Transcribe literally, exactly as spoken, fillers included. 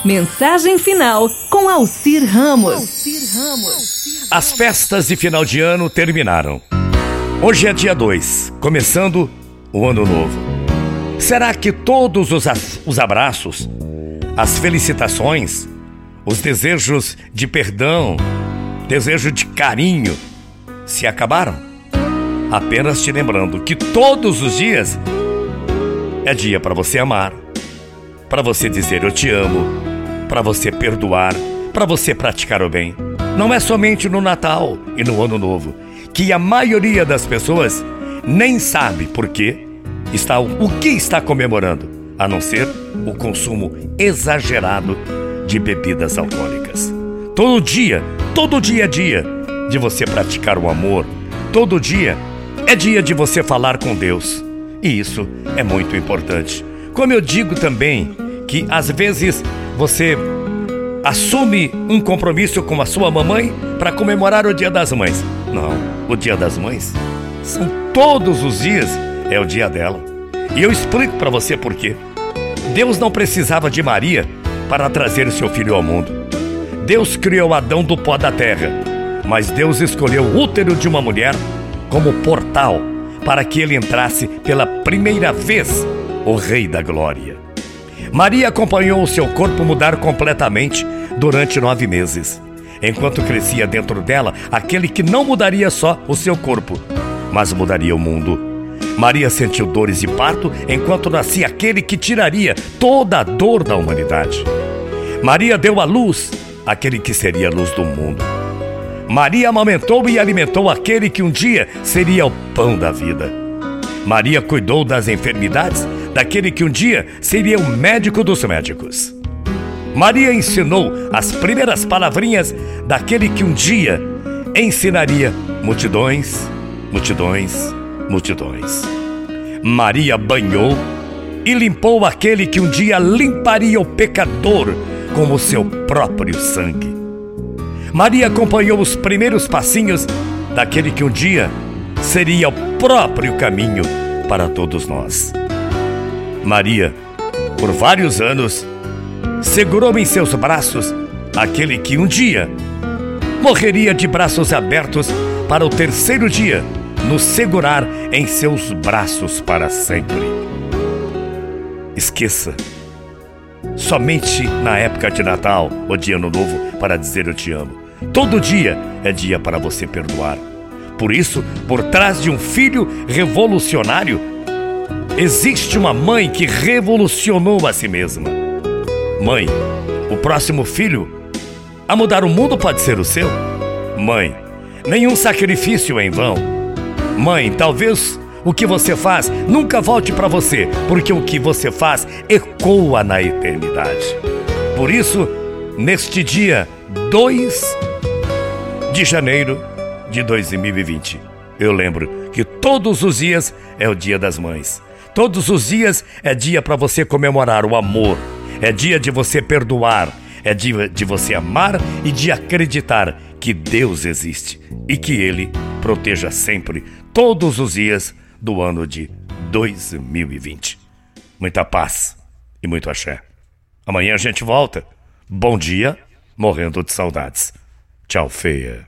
Mensagem final com Alcir Ramos. As festas de final de ano terminaram. Hoje é dia dois, começando o ano novo. Será que todos os, os abraços, as felicitações, os desejos de perdão, desejo de carinho, se acabaram? Apenas te lembrando que todos os dias é dia para você amar, para você dizer eu te amo, para você perdoar, para você praticar o bem. Não é somente no Natal e no Ano Novo, que a maioria das pessoas nem sabe por quê está, o que está comemorando, a não ser o consumo exagerado de bebidas alcoólicas. Todo dia, todo dia é dia de você praticar o amor, todo dia é dia de você falar com Deus, e isso é muito importante. Como eu digo também, que às vezes você assume um compromisso com a sua mamãe para comemorar o Dia das Mães. Não, o Dia das Mães são todos os dias, é o dia dela. E eu explico para você por quê. Deus não precisava de Maria para trazer o seu filho ao mundo. Deus criou Adão do pó da terra, mas Deus escolheu o útero de uma mulher como portal para que ele entrasse pela primeira vez o Rei da Glória. Maria acompanhou o seu corpo mudar completamente durante nove meses, enquanto crescia dentro dela aquele que não mudaria só o seu corpo, mas mudaria o mundo. Maria sentiu dores de parto enquanto nascia aquele que tiraria toda a dor da humanidade. Maria deu à luz aquele que seria a luz do mundo. Maria amamentou e alimentou aquele que um dia seria o pão da vida. Maria cuidou das enfermidades daquele que um dia seria o médico dos médicos. Maria ensinou as primeiras palavrinhas daquele que um dia ensinaria multidões, multidões, multidões. Maria banhou e limpou aquele que um dia limparia o pecador com o seu próprio sangue. Maria acompanhou os primeiros passinhos daquele que um dia seria o próprio caminho para todos nós. Maria, por vários anos, segurou em seus braços aquele que um dia morreria de braços abertos para o terceiro dia nos segurar em seus braços para sempre. Esqueça, somente na época de Natal ou de Ano Novo para dizer eu te amo. Todo dia é dia para você perdoar. Por isso, por trás de um filho revolucionário, existe uma mãe que revolucionou a si mesma. Mãe, o próximo filho a mudar o mundo pode ser o seu. Mãe, nenhum sacrifício é em vão. Mãe, talvez o que você faz nunca volte para você, porque o que você faz ecoa na eternidade. Por isso, neste dia dois de janeiro de dois mil e vinte, eu lembro que todos os dias é o Dia das Mães. Todos os dias é dia para você comemorar o amor, é dia de você perdoar, é dia de você amar e de acreditar que Deus existe e que Ele proteja sempre, todos os dias do ano de dois mil e vinte. Muita paz e muito axé. Amanhã a gente volta. Bom dia, morrendo de saudades. Tchau, feia.